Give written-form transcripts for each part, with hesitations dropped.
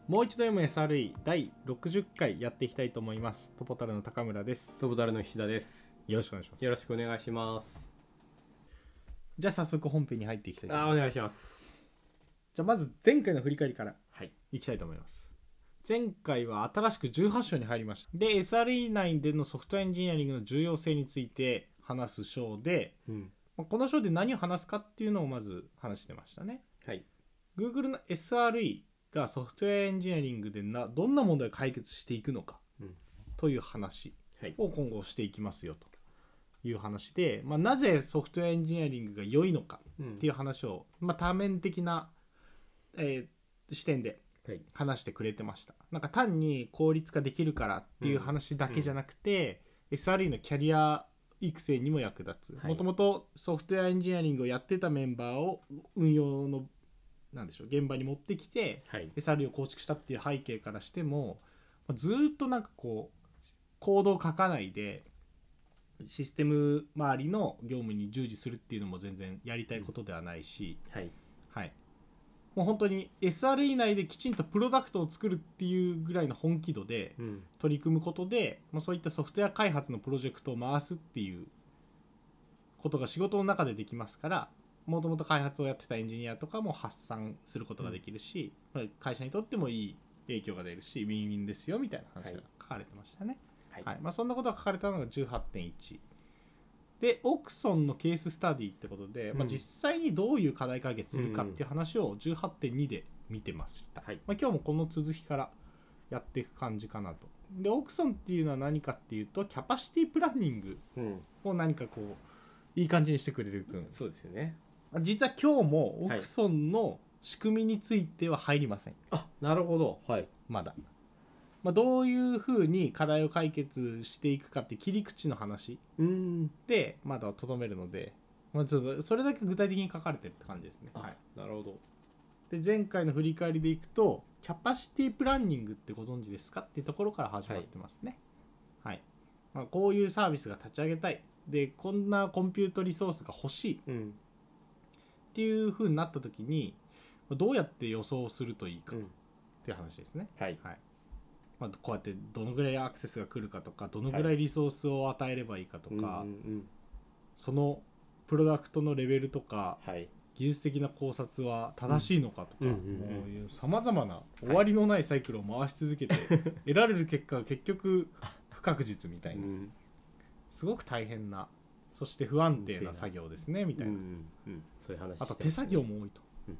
もう一度読む SRE 第60回やっていきたいと思います。トポタルの高村です。 トボタルの菱田です。 よろしくお願いします。 よろしくお願いします。 じゃあ早速本編に入っていきたいと思います。 お願いします。 じゃあまず前回の振り返りからはい。 いきたいと思います。前回は新しく18章に入りました。で SRE 内でのソフトウェアエンジニアリングの重要性について話す章で、この章で何を話すかっていうのをまず話してましたね。 はい。 Google の SRE がソフトウェアエンジニアリングでどんな問題を解決していくのかという話を今後していきますよという話で、なぜソフトウェアエンジニアリングが良いのかっていう話を、多面的な、視点で話してくれてました。なんか単に効率化できるからっていう話だけじゃなくて、SRE のキャリア育成にも役立つ。もともとソフトウェアエンジニアリングをやってたメンバーを運用の現場に持ってきて、SRE を構築したっていう背景からしても、ずっとなんかこうコードを書かないでシステム周りの業務に従事するっていうのも全然やりたいことではないし、もう本当に SRE 内できちんとプロダクトを作るっていうぐらいの本気度で取り組むことで、そういったソフトウェア開発のプロジェクトを回すっていうことが仕事の中でできますから、もともと開発をやってたエンジニアとかも発散することができるし、会社にとってもいい影響が出るし、ウィンウィンですよみたいな話が書かれてましたね。そんなことが書かれたのが 18.1 で、オクソンのケーススタディってことで、実際にどういう課題解決するかっていう話を 18.2 で見てました。今日もこの続きからやっていく感じかなと。で、オクソンっていうのは何かっていうと、キャパシティプランニングを何かこういい感じにしてくれる君。 そうですよね。 実は今日もオクソンの仕組みについては入りません。 なるほど。 まだ。どういうふうに課題を解決していくかっていう切り口の話でまだとどめるので、ちょっとそれだけ具体的に書かれてるって感じですね。 なるほど。 で、前回の振り返りでいくと、キャパシティプランニングってご存知ですかっていうところから始まってますね。こういうサービスが立ち上げたい。で、こんなコンピュートリソースが欲しい。っていう風になった時にどうやって予想するといいかっていう話ですね。こうやってどのぐらいアクセスが来るかとか、どのぐらいリソースを与えればいいかとか、そのプロダクトのレベルとか、技術的な考察は正しいのかとか、さまざまな終わりのないサイクルを回し続けて得られる結果が結局不確実みたいな、すごく大変な、そして不安定な作業ですねみたいな、 そういう話、 あと手作業も多いと、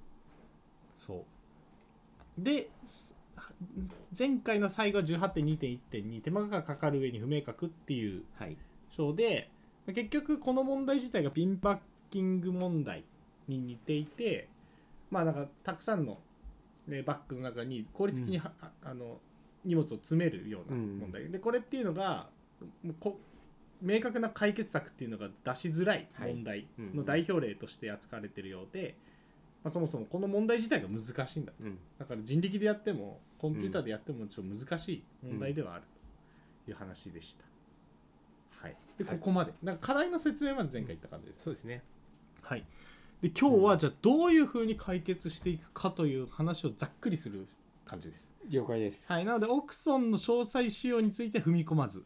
そうで、前回の最後は 18.2.1.2 手間がかかる上に不明確っていう章で、結局この問題自体がピンパッキング問題に似ていて、なんかたくさんの、バッグの中に効率的に、荷物を詰めるような問題、でこれっていうのが明確な解決策っていうのが出しづらい問題の代表例として扱われているようで、そもそもこの問題自体が難しいんだ、だから人力でやってもコンピューターでやってもちょっと難しい問題ではあるという話でした。でここまでなんか課題の説明まで前回言った感じです。 そうですね。 で今日はじゃあどういうふうに解決していくかという話をざっくりする感じです。 了解です。 なのでオクソンの詳細仕様について踏み込まず、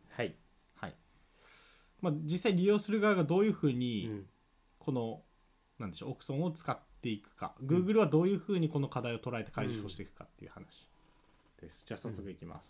実際利用する側がどういうふうにこのなんでしょう、オクソンを使っていくか、Google はどういうふうにこの課題を捉えて解消していくかっていう話です。じゃあ早速いきます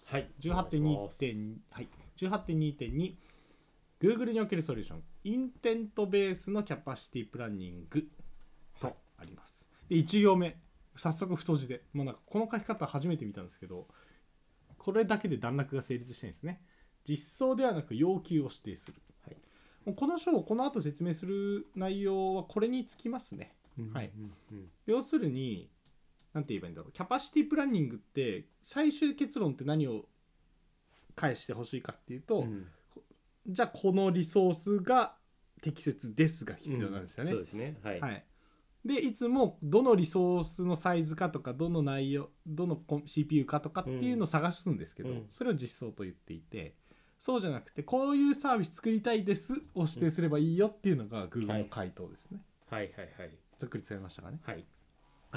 。18.2.2 Google におけるソリューションインテントベースのキャパシティプランニングとあります。で1行目早速太字で、なんかこの書き方初めて見たんですけど、これだけで段落が成立してるんですね。実装ではなく要求を指定する。この章をこの後説明する内容はこれにつきますね。要するに何て言えばいいんだろう、キャパシティプランニングって最終結論って何を返してほしいかっていうと、じゃあこのリソースが適切ですが必要なんですよね。 そうですね。 でいつもどのリソースのサイズかとか、どの内容、どの CPU かとかっていうのを探すんですけど、それを実装と言っていて、そうじゃなくてこういうサービス作りたいですを指定すればいいよっていうのが Google の回答ですね。ざっくり伝えましたかね。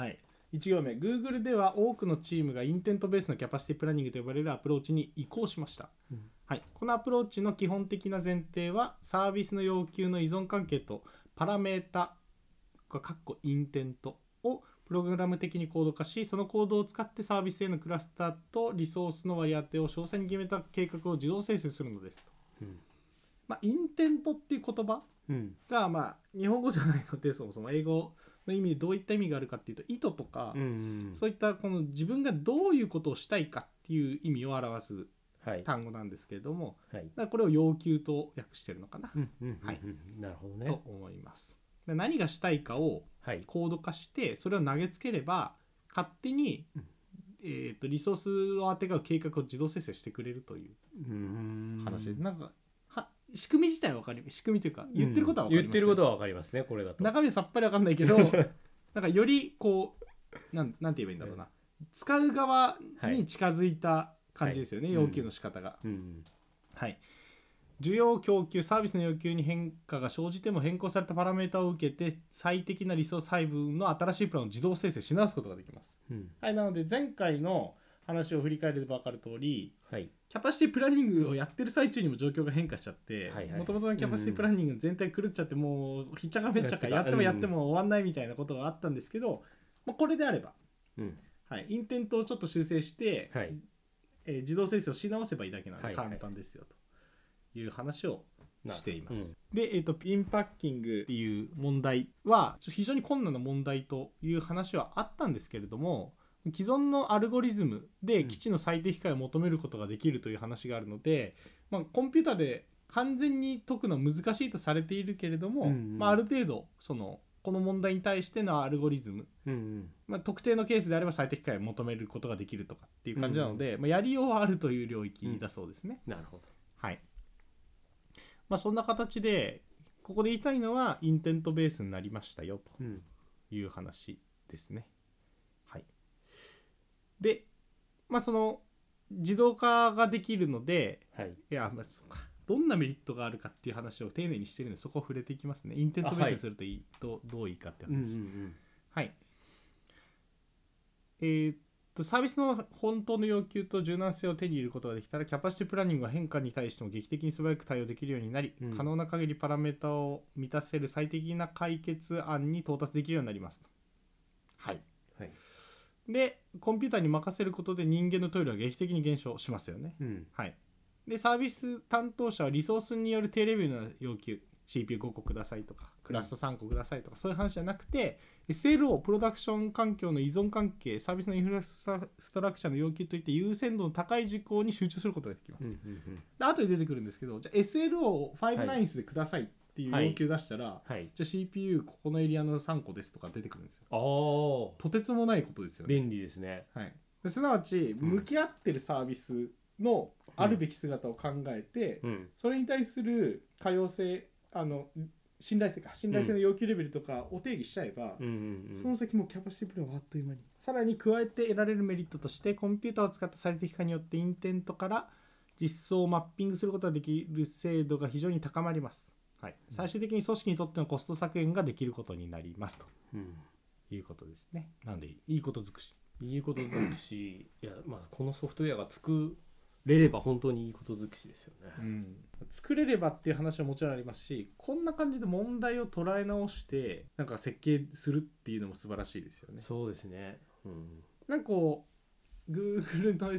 1行目 Google では多くのチームがインテントベースのキャパシティプランニングと呼ばれるアプローチに移行しました、はい、このアプローチの基本的な前提はサービスの要求の依存関係とパラメータインテントをプログラム的にコード化し、そのコードを使ってサービスへのクラスターとリソースの割り当てを詳細に決めた計画を自動生成するのですと、インテントっていう言葉が、日本語じゃないのでそもそも英語の意味でどういった意味があるかっていうと意図とか、そういったこの自分がどういうことをしたいかっていう意味を表す単語なんですけれども、だからこれを要求と訳してるのかな、 なるほどねと思います。何がしたいかをコード化してそれを投げつければ勝手に、リソースをあてがう計画を自動生成してくれるという話です。なんか仕組み自体は分かります。仕組みというか言ってることは分かります、 言ってることは分かりますね。これだと中身はさっぱり分かんないけどなんかよりこうなんて言えばいいんだろうな、使う側に近づいた感じですよね、要求の仕方が、はい。需要供給サービスの要求に変化が生じても変更されたパラメータを受けて最適なリソース配分の新しいプランを自動生成し直すことができます、はい。なので前回の話を振り返れば分かる通り、キャパシティプランニングをやってる最中にも状況が変化しちゃって、もともとのキャパシティプランニング全体狂っちゃって、もうひっちゃかめっちゃかやっても終わんないみたいなことがあったんですけど、これであれば、インテントをちょっと修正して、自動生成をし直せばいいだけなので簡単ですよという話をしています、で、ピンパッキングっていう問題は非常に困難な問題という話はあったんですけれども、既存のアルゴリズムで基地の最適解を求めることができるという話があるので、コンピューターで完全に解くのは難しいとされているけれども、ある程度この問題に対してのアルゴリズム、特定のケースであれば最適解を求めることができるとかっていう感じなので、やりようはあるという領域だそうですね、 なるほど。 はい。そんな形でここで言いたいのはインテントベースになりましたよという話ですね、はい。で、その自動化ができるので、いや、そうか、どんなメリットがあるかっていう話を丁寧にしてるのでそこを触れていきますね。インテントベースにするといい、どういいかっていう話、はい。サービスの本当の要求と柔軟性を手に入れることができたらキャパシティプランニングは変化に対しても劇的に素早く対応できるようになり、可能な限りパラメータを満たせる最適な解決案に到達できるようになりますと。はい、でコンピューターに任せることで人間のトイレは劇的に減少しますよね、はい。でサービス担当者はリソースによる低レベルな要求 CPU5 個くださいとかクラスタ3個くださいとか、そういう話じゃなくて SLO プロダクション環境の依存関係サービスのインフラストラクチャーの要求といって優先度の高い事項に集中することができます、で後で出てくるんですけど、じゃあ SLO を5ナインスでくださいっていう要求出したら、じゃあ CPU ここのエリアの3個ですとか出てくるんですよ。とてつもないことですよね。 便利ですね、 はい。すなわち向き合ってるサービスのあるべき姿を考えて、それに対する可用性信頼性の要求レベルとかを定義しちゃえば、その先もキャパシティプランはあっという間に。さらに加えて得られるメリットとしてコンピューターを使った最適化によってインテントから実装をマッピングすることができる精度が非常に高まります、はい。最終的に組織にとってのコスト削減ができることになりますと、いうことですね。なのでいいこと尽くしいや、このソフトウェアが作れれば本当にいいこと尽くしですよね、 作れればっていう話はもちろんありますし、こんな感じで問題を捉え直してなんか設計するっていうのも素晴らしいですよね。 そうですね、 なんかこう Google の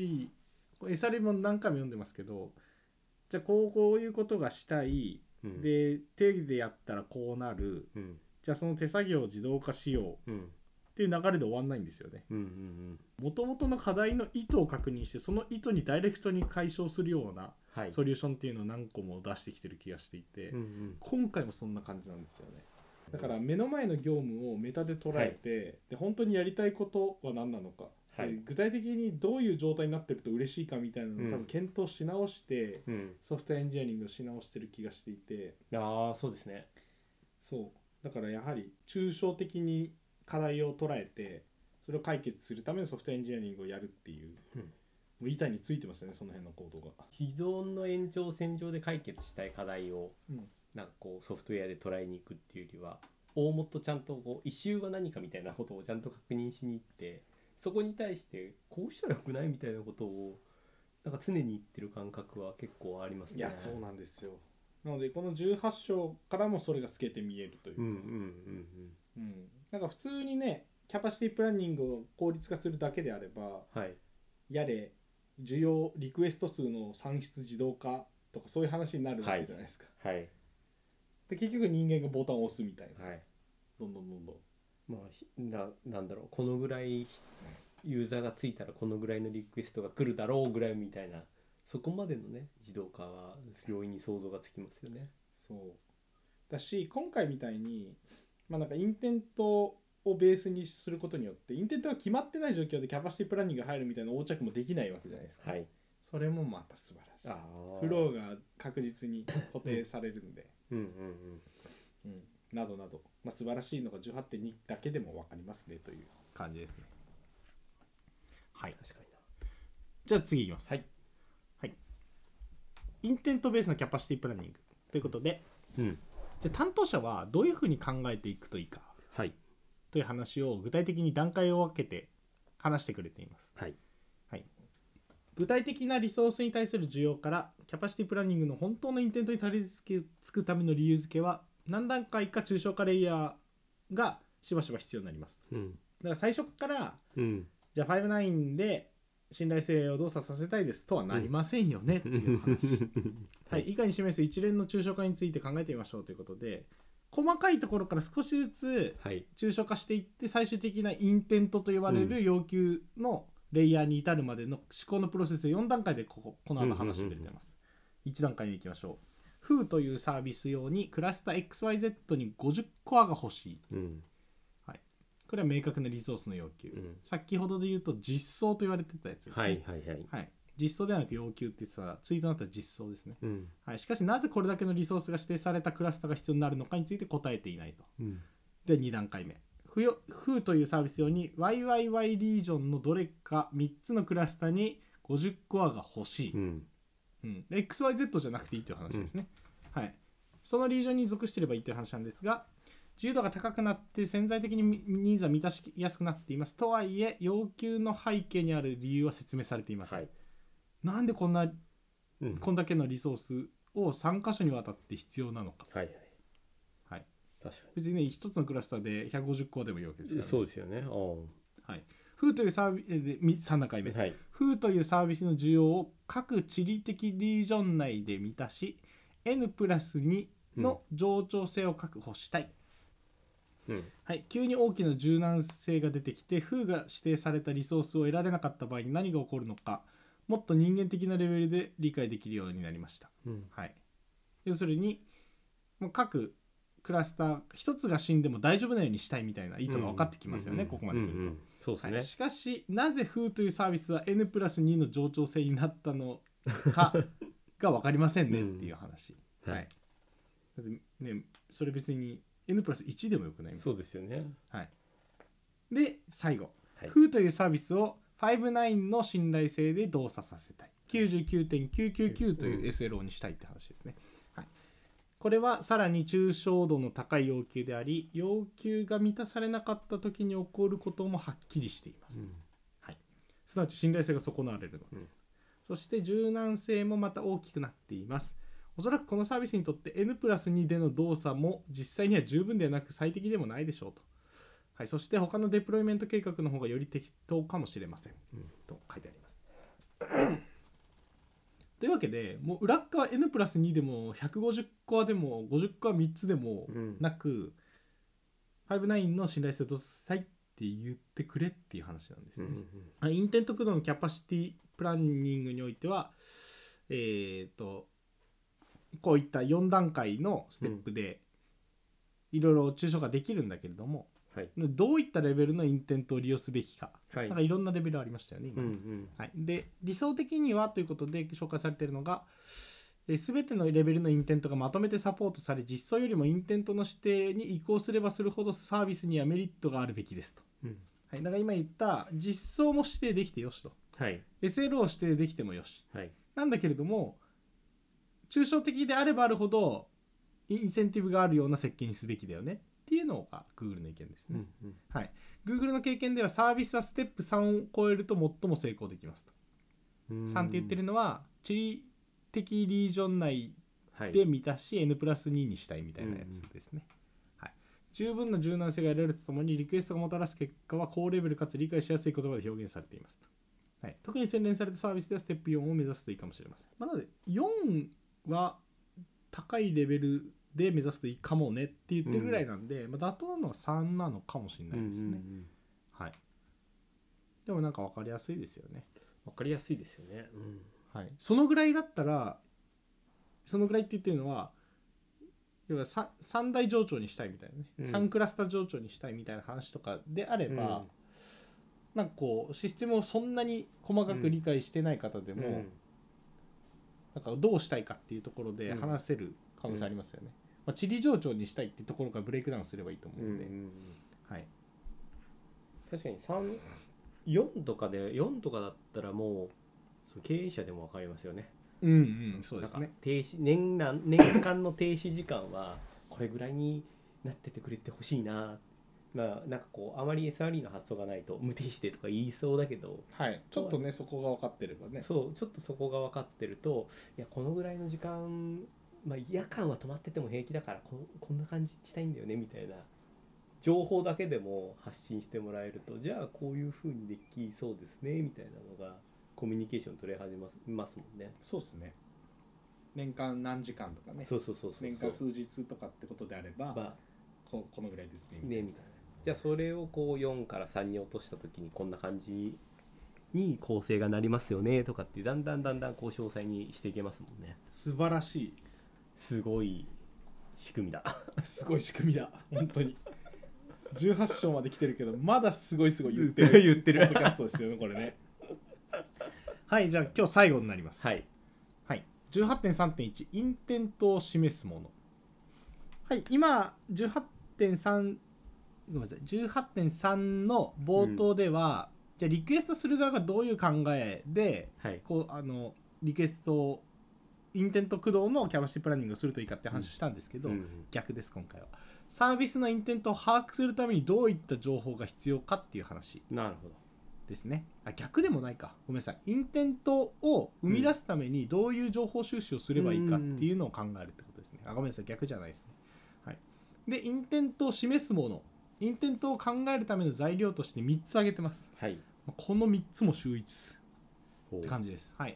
SRE も何回も読んでますけど、じゃあこういうことがしたい、で手でやったらこうなる、じゃあその手作業を自動化しよう、っていう流れで終わんないんですよね。もともとの課題の意図を確認してその意図にダイレクトに解消するようなソリューションっていうのを何個も出してきてる気がしていて、今回もそんな感じなんですよね。だから目の前の業務をメタで捉えて、で本当にやりたいことは何なのか、具体的にどういう状態になってると嬉しいかみたいなのを多分検討し直して、ソフトウェアエンジニアリングをし直してる気がしていて、 そうですね。 そうだからやはり抽象的に課題を捉えてそれを解決するためのソフトウェアエンジニアリングをやるっていう、もう板についてますよね、その辺のコードが。 既存の延長線上で解決したい課題を、なんかこうソフトウェアで捉えに行くっていうよりは大元ちゃんとこう異臭は何かみたいなことをちゃんと確認しに行って、そこに対してこうしたらよくないみたいなことをなんか常に言ってる感覚は結構ありますね。 いやそうなんですよ。なのでこの18章からもそれが透けて見えるというか、なんか普通にねキャパシティプランニングを効率化するだけであれば、 はい、 やれ需要リクエスト数の算出自動化とかそういう話になるわけじゃないですか、 はい、 で結局人間がボタンを押すみたいな、 はい、 どんどんどんどんまあなんだろう、このぐらいユーザーがついたらこのぐらいのリクエストが来るだろうぐらいみたいな、そこまでのね自動化は容易に想像がつきますよね。 そうだし、今回みたいになんかインテントをベースにすることによってインテントが決まってない状況でキャパシティプランニングが入るみたいな横着もできないわけじゃないですか、 はい、 それもまた素晴らしい。フローが確実に固定されるんでなどなど、素晴らしいのが 18.2 だけでも分かりますねという感じですね。はい、 確かにな。 じゃあ次いきます。 はい、 はい、インテントベースのキャパシティプランニングということで、じゃあ担当者はどういうふうに考えていくといいか、 はい、 という話を具体的に段階を分けて話してくれています。 はいはい、具体的なリソースに対する需要からキャパシティプランニングの本当のインテントにたどり着くための理由付けは何段階か抽象化レイヤーがしばしば必要になります。だから最初から、じゃあ59で信頼性を動作させたいですとはなりませんよねっていう話、はい、以下に示す一連の抽象化について考えてみましょうということで、細かいところから少しずつ抽象化していって最終的なインテントと呼ばれる要求のレイヤーに至るまでの思考のプロセスを4段階でこの後話してくれています。1段階に行きましょう。Foo というサービス用にクラスター XYZ に50コアが欲しい、はい、これは明確なリソースの要求、先ほどで言うと実装と言われてたやつですね。はい、実装ではなく要求って言ってたらツイートになったら実装ですね、はい、しかしなぜこれだけのリソースが指定されたクラスターが必要になるのかについて答えていないと、で2段階目、Foo というサービス用に YYY リージョンのどれか3つのクラスターに50コアが欲しい、XYZ じゃなくていいという話ですね、はい、そのリージョンに属していればいいという話なんですが、自由度が高くなって潜在的にニーズは満たしやすくなっています。とはいえ要求の背景にある理由は説明されていません、なんでこんだけのリソースを3箇所にわたって必要なのか、確かに別にね1つのクラスターで150コアでもいいわけですから、 そうですよね。 はい、Foo というサービスで3段階目、Foo というサービスの需要を各地理的リージョン内で満たし N プラス2の冗長性を確保したい、はい、急に大きな柔軟性が出てきて Foo が指定されたリソースを得られなかった場合に何が起こるのか、もっと人間的なレベルで理解できるようになりました、はい、要するにもう各クラスター一つが死んでも大丈夫なようにしたいみたいな意図が分かってきますよね、ここまで来ると、 そうですね、 しかしなぜ Foo というサービスは N プラス2の冗長性になったのかが分かりませんねっていう話、はいだってね、それ別に N プラス1でもよくないみたいな。 そうですよね、 はい、で最後、Foo というサービスを59の信頼性で動作させたい 99.999 という SLO にしたいって話ですね、はい、これはさらに抽象度の高い要求であり、要求が満たされなかった時に起こることもはっきりしています、はい、すなわち信頼性が損なわれるのです、そして柔軟性もまた大きくなっています。おそらくこのサービスにとって N プラス2での動作も実際には十分ではなく最適でもないでしょうと、はい、そして他のデプロイメント計画の方がより適当かもしれません、と書いてありますというわけでもう裏側 N プラス2でも150コアでも50コア3つでもなく、59の信頼性をどうしたいって言ってくれっていう話なんですね、インテント駆動のキャパシティプランニングにおいてはこういった4段階のステップでいろいろ抽象化できるんだけれども、どういったレベルのインテントを利用すべきか、なんかいろんなレベルありましたよね今ね、はい、で理想的にはということで紹介されているのが、全てのレベルのインテントがまとめてサポートされ、実装よりもインテントの指定に移行すればするほどサービスにはメリットがあるべきですと、はい、だから今言った実装も指定できてよしと、SLO を指定できてもよし、なんだけれども抽象的であればあるほどインセンティブがあるような設計にすべきだよねっていうのが Google の意見ですね、 うんうんはい、Google の経験ではサービスはステップ3を超えると最も成功できますと。3って言ってるのは地理的リージョン内で満たし、はい、N プラス2にしたいみたいなやつですね、はい、十分な柔軟性が得られるとともにリクエストがもたらす結果は高レベルかつ理解しやすい言葉で表現されていますと、はい、特に洗練されたサービスではステップ4を目指すといいかもしれません、なので4は高いレベルで目指すといいかもねって言ってるぐらいなんで、妥当なのは3なのかもしれないですね、はい、でもなんか分かりやすいですよね。 分かりやすいですよね、 はい、そのぐらいだったらそのぐらいって言ってるのは要は 3大情緒にしたいみたいなね、3クラスター情緒にしたいみたいな話とかであれば、なんかこうシステムをそんなに細かく理解してない方でも、なんかどうしたいかっていうところで話せる可能性ありますよね、地理情緒にしたいっていうところからブレイクダウンすればいいと思うんで、はい、 確かに4とかだったらもう経営者でも分かりますよね。 そうですね。 停止年間の停止時間はこれぐらいになっててくれてほしいな。なんかこうあまり SRE の発想がないと無停止でとか言いそうだけど、 はい、ちょっとねそこが分かってればね。 そうちょっとそこが分かってると、いやこのぐらいの時間、夜間は止まってても平気だからこんな感じしたいんだよねみたいな情報だけでも発信してもらえると、じゃあこういう風にできそうですねみたいなのがコミュニケーション取れ始めますもんね。 そうですね。年間何時間とかね。 そう年間数日とかってことであれば、このぐらいですねみたいな。 じゃあそれをこう4から3に落とした時にこんな感じに構成がなりますよねとかってだんだんこう詳細にしていけますもんね。 素晴らしい。 すごい仕組みだ。 すごい仕組みだ。本当に。18章まで来てるけどまだすごい言ってるポッドキャストですよねこれね。はい、じゃあ今日最後になります。 はい、 はい、18.3.1 インテントを示すもの。はい、今 18.3 ごめんなさい 18.3 の冒頭では、じゃあリクエストする側がどういう考えで、こうリクエストをインテント駆動のキャパシティプランニングをするといいかって話をしたんですけど、逆です今回は。サービスのインテントを把握するためにどういった情報が必要かっていう話ですね。逆でもないか、ごめんなさい。インテントを生み出すためにどういう情報収集をすればいいかっていうのを考えるってことですね。ごめんなさい、逆じゃないですね。はい、でインテントを示すもの、インテントを考えるための材料として3つ挙げてます、 はい、 この3つも秀逸って感じです。はい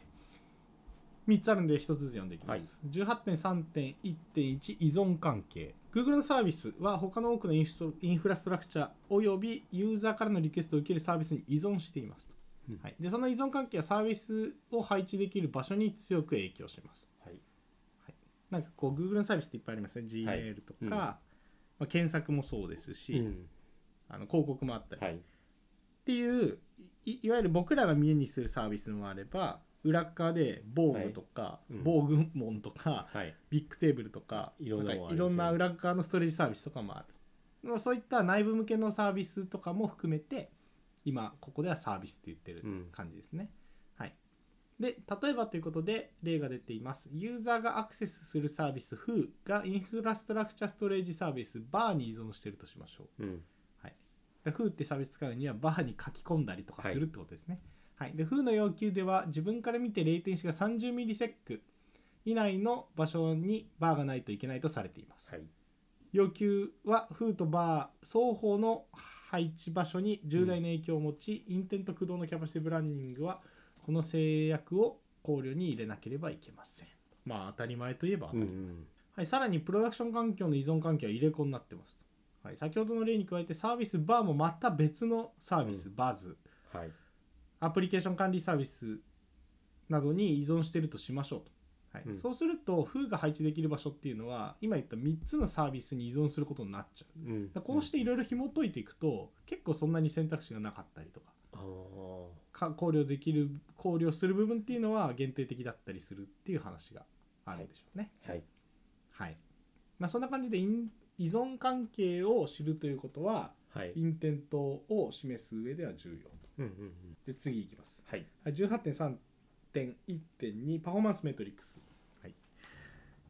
、3つあるんで1つずつ読んでいきます、はい、18.3.1.1 依存関係。 Google のサービスは他の多くのインフラストラクチャおよびユーザーからのリクエストを受けるサービスに依存していますと、はい、でその依存関係はサービスを配置できる場所に強く影響します、はいはい、なんかこう Google のサービスっていっぱいありますね。 Gmail とか、検索もそうですし、広告もあったり、っていういわゆる僕らが目にするサービスもあれば、裏側で防具とか、防具門とか、ビッグテーブルとか、いろんな裏側のストレージサービスとかもある。そういった内部向けのサービスとかも含めて今ここではサービスって言ってる感じですね、はい。で例えばということで例が出ています。ユーザーがアクセスするサービス Who がインフラストラクチャストレージサービス Bar に依存しているとしましょう、はい。で Who ってサービス使うには Bar に書き込んだりとかするってことですね、はい。で Who の要求では自分から見てレイテンシが30ミリセック以内の場所にバーがないといけないとされています、はい。要求は Who とバー双方の配置場所に重大な影響を持ち、インテント駆動のキャパシティブランニングはこの制約を考慮に入れなければいけません。当たり前といえば当たり前、はい。さらにプロダクション環境の依存関係は入れ子になってますと、はい。先ほどの例に加えてサービスバーもまた別のサービス、バズ、はい、アプリケーション管理サービスなどに依存しているとしましょうと、はい。そうすると Who が配置できる場所っていうのは今言った3つのサービスに依存することになっちゃう、こうしていろいろ紐解いていくと結構そんなに選択肢がなかったりとか、考慮する部分っていうのは限定的だったりするっていう話があるんでしょうね、はいはい。そんな感じで依存関係を知るということは、インテントを示す上では重要と、で次いきます、18.3.1.2 パフォーマンスメトリックス、はい。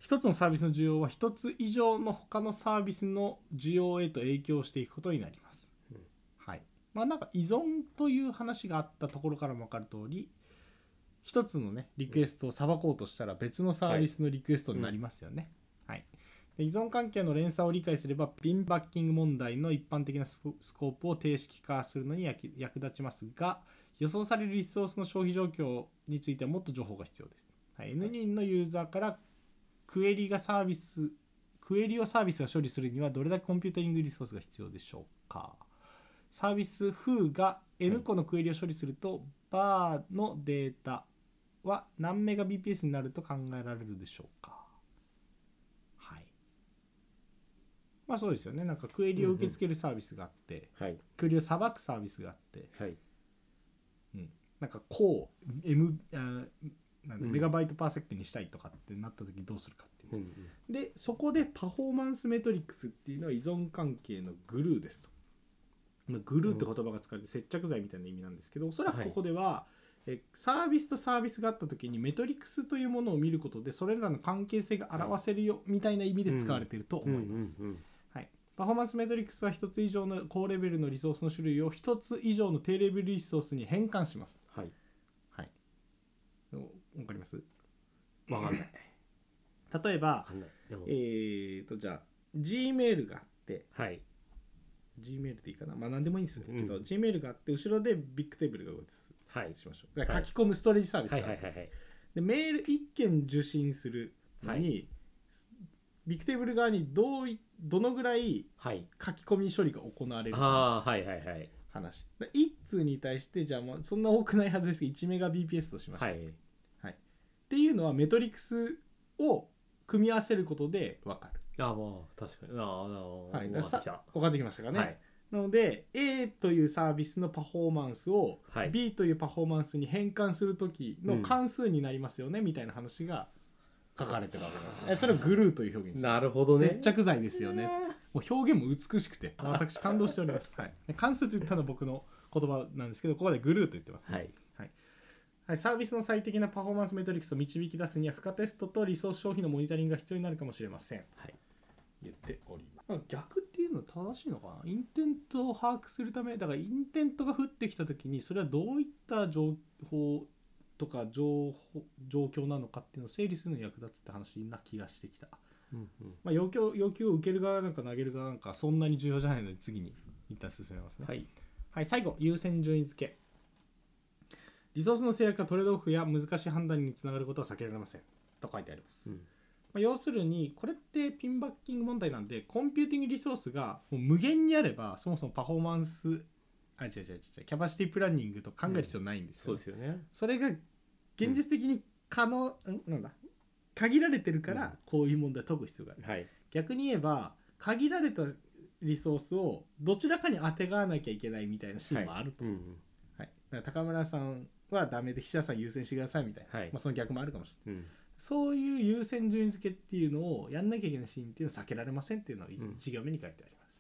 一つのサービスの需要は一つ以上の他のサービスの需要へと影響していくことになります。はい。まあなんか依存という話があったところからも分かる通り、一つのねリクエストをさばこうとしたら別のサービスのリクエストになりますよね。はい。依存関係の連鎖を理解すればピンバッキング問題の一般的なスコープを定式化するのに役立ちますが、予想されるリソースの消費状況についてはもっと情報が必要です。はい、N 人のユーザーからクエリをサービスが処理するにはどれだけコンピュータリングリソースが必要でしょうか。サービス Foo が N 個のクエリを処理すると、バーのデータは何メガ BPS になると考えられるでしょうか。はい。まあそうですよね。なんかクエリを受け付けるサービスがあって、 はい、 クエリをさばくサービスがあって、 はい、 なんかこうメガバイトパーセックにしたいとかってなった時にどうするかっていう、でそこでパフォーマンスメトリックスっていうのは依存関係のグルーですと。グルーって言葉が使われて接着剤みたいな意味なんですけど、おそらくここでは、サービスとサービスがあった時にメトリックスというものを見ることでそれらの関係性が表せるよみたいな意味で使われていると思います。パフォーマンスメトリックスは1つ以上の高レベルのリソースの種類を1つ以上の低レベルリソースに変換します。 はい。 はい。わかります？ わかんない。 例えば、じゃあ Gmail があって、 はい。 Gmail でいいかな、まあ何でもいいんですけど、Gmail があって後ろでビッグテーブルが動いてしましょう。だから書き込むストレージサービスがあるんです。でメール1件受信するのに、ビッグテーブル側にどのぐらい書き込み処理が行われるか話。1通に対してじゃあもうそんな多くないはずですけど1メガ BPS としましょう。っていうのはメトリクスを組み合わせることで分かる。 まあ確かに。 分かってきましたかね。なので A というサービスのパフォーマンスを B というパフォーマンスに変換するときの関数になりますよね、みたいな話が書かれてるわけなんです。それをグルーという表現にしてます。 なるほどね。 接着剤ですよね。もう表現も美しくて私感動しております。関数と言ったのは僕の言葉なんですけど、ここでグルーと言ってます、サービスの最適なパフォーマンスメトリクスを導き出すには負荷テストとリソース消費のモニタリングが必要になるかもしれません。言っております。逆っていうのは正しいのかな。インテントを把握するためだから、インテントが降ってきた時にそれはどういった情報とか状況なのかっていうのを整理するのに役立つって話な気がしてきた。要求を受ける側なんか投げる側なんかそんなに重要じゃないので次に一旦進めますね。最後、優先順位付け。リソースの制約やトレードオフや難しい判断につながることは避けられませんと書いてあります。要するにこれってピンバッキング問題なんで、コンピューティングリソースがもう無限にあればそもそもパフォーマンスキャパシティプランニングと考える必要ないんですよ。 そうですよね。 それが現実的に限られてるからこういう問題を解く必要がある。逆に言えば限られたリソースをどちらかに当てがわなきゃいけないみたいなシーンもあると。だから高村さんはダメで岸田さん優先してくださいみたいな、その逆もあるかもしれない。そういう優先順位付けっていうのをやんなきゃいけないシーンっていうのは避けられませんっていうのを1行目に書いてあります。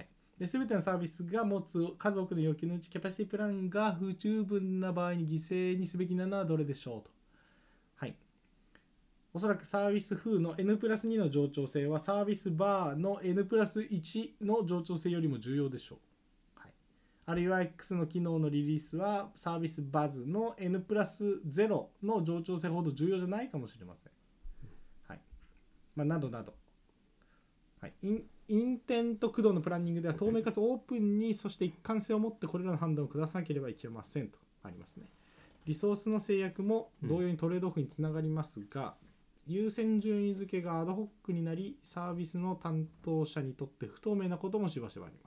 で全てのサービスが持つ数多くの要求のうちキャパシティプランが不十分な場合に犠牲にすべきなのはどれでしょうと。おそらくサービス風の N+2 の冗長性はサービスバーの N+1 の冗長性よりも重要でしょう。あるいは X の機能のリリースはサービスバズの N+0 の冗長性ほど重要じゃないかもしれません。などなど。インテント駆動のプランニングでは透明かつオープンに、そして一貫性を持ってこれらの判断を下さなければいけませんとありますね。リソースの制約も同様にトレードオフにつながりますが、優先順位付けがアドホックになりサービスの担当者にとって不透明なこともしばしばあります。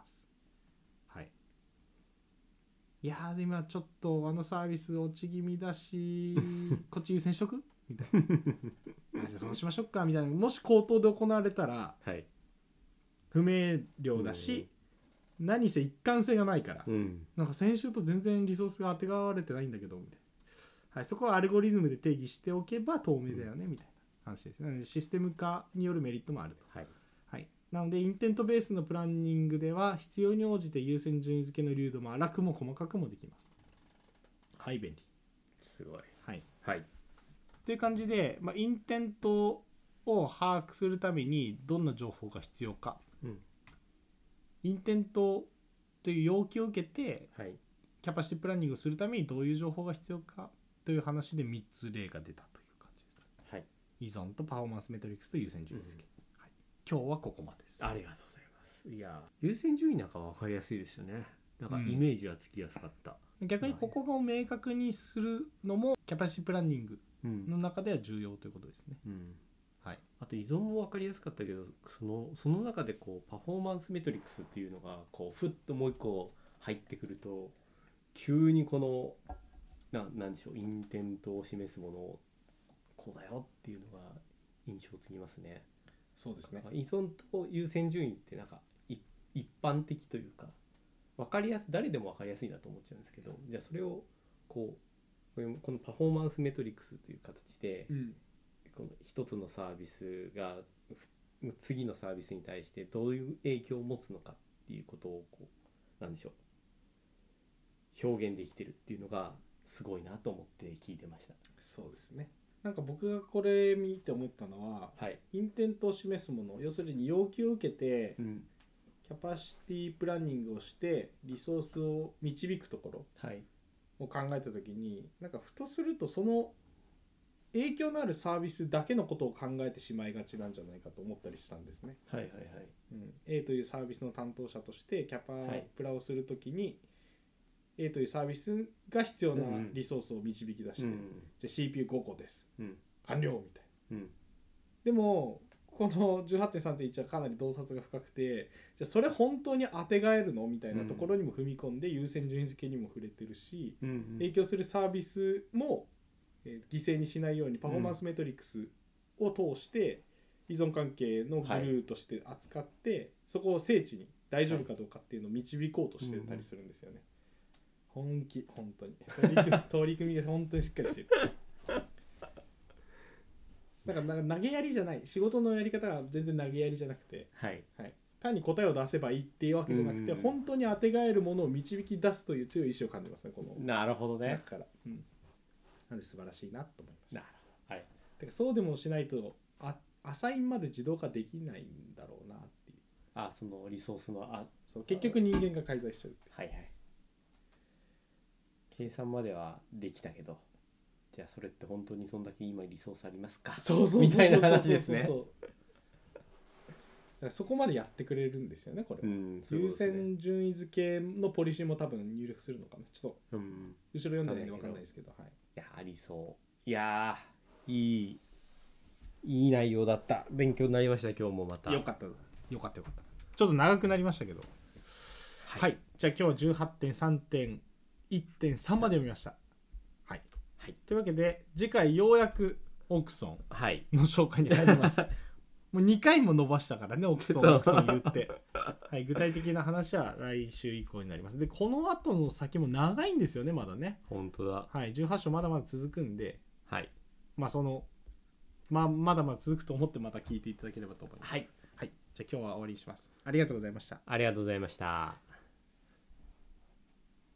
いやで今ちょっとあのサービス落ち気味だしこっち優先しとくみたいなじゃあそうしましょうかみたいな、もし口頭で行われたら不明瞭だし、何せ一貫性がないから、なんか先週と全然リソースが当てがわれてないんだけどみたいな、そこはアルゴリズムで定義しておけば透明だよねみたいな話ですね。システム化によるメリットもあると。なのでインテントベースのプランニングでは必要に応じて優先順位付けの流度も粗くも細かくもできます。便利。 すごい。 っていう感じで、インテントを把握するためにどんな情報が必要か、 うん、 インテントという要求を受けて、 はい、 キャパシティプランニングをするためにどういう情報が必要かという話で3つ例が出たという感じです。 はい、 依存とパフォーマンスメトリックスと優先順位付け、はい、今日はここまでです。 ありがとうございます。いや優先順位なんか分かりやすいですよね。なんかイメージはつきやすかった、 逆にここを明確にするのもキャパシティプランニングの中では重要ということですね、はい、 あと依存も分かりやすかったけど、その中でこうパフォーマンスメトリックスっていうのがこうふっともう一個入ってくると、急にこのなんでしょう、インテントを示すものをこうだよっていうのが印象つきますね。 そうですね。 依存と優先順位ってなんか一般的というか分かりやすい、誰でも分かりやすいなと思っちゃうんですけど、じゃあそれをこのパフォーマンスメトリックスという形で、この一つのサービスが次のサービスに対してどういう影響を持つのかっていうことをこうなんでしょう、表現できてるっていうのがすごいなと思って聞いてました。 そうですね。なんか僕がこれ見て思ったのは、 はい、 インテントを示すもの、要するに要求を受けて、キャパシティプランニングをしてリソースを導くところを考えたときに、なんかふとするとその影響のあるサービスだけのことを考えてしまいがちなんじゃないかと思ったりしたんですね。 はいはいはい、 A というサービスの担当者としてキャパプラをするときに、A というサービスが必要なリソースを導き出して、じゃあ CPU5 個です、完了みたいな、でもこの 18.3.1 はかなり洞察が深くて、じゃあそれ本当に当てがえるのみたいなところにも踏み込んで優先順位付けにも触れてるし、影響するサービスも犠牲にしないようにパフォーマンスメトリックスを通して依存関係のブルーとして扱って、そこを精緻に大丈夫かどうかっていうのを導こうとしてたりするんですよね。本当に取り組みが本当にしっかりしてる。なんか投げやりじゃない、仕事のやり方が全然投げやりじゃなくて、単に答えを出せばいいっていうわけじゃなくて、本当に当てがえるものを導き出すという強い意志を感じますね、この。 なるほどね。 だから、なんで素晴らしいなと思いました。 なるほど。はい。 だからそうでもしないとアサインまで自動化できないんだろうなっていう。 そのリソースのそう結局人間が介在しちゃう。 はいはい。計算まではできたけど、じゃあそれって本当にそんだけ今リソースありますか、みたいな話ですね。 だからそこまでやってくれるんですよね、これは。優先順位付けのポリシーも多分入力するのかな、ちょっと後ろ読んでないんで分かんないですけど、いやありそう。いやいい内容だった。勉強になりました。今日もまたよかった。ちょっと長くなりましたけど、はい、じゃあ今日は 18.3.1.3 まで読みました。はい、というわけで次回ようやくオークソンの紹介に入ります。もう2回も伸ばしたからね、オークソン言って、具体的な話は来週以降になります。でこの後の先も長いんですよね、まだね。 本当だ。 18章まだまだ続くんで、まだまだ続くと思ってまた聞いていただければと思います。じゃあ今日は終わりにします。ありがとうございました。 ありがとうございました。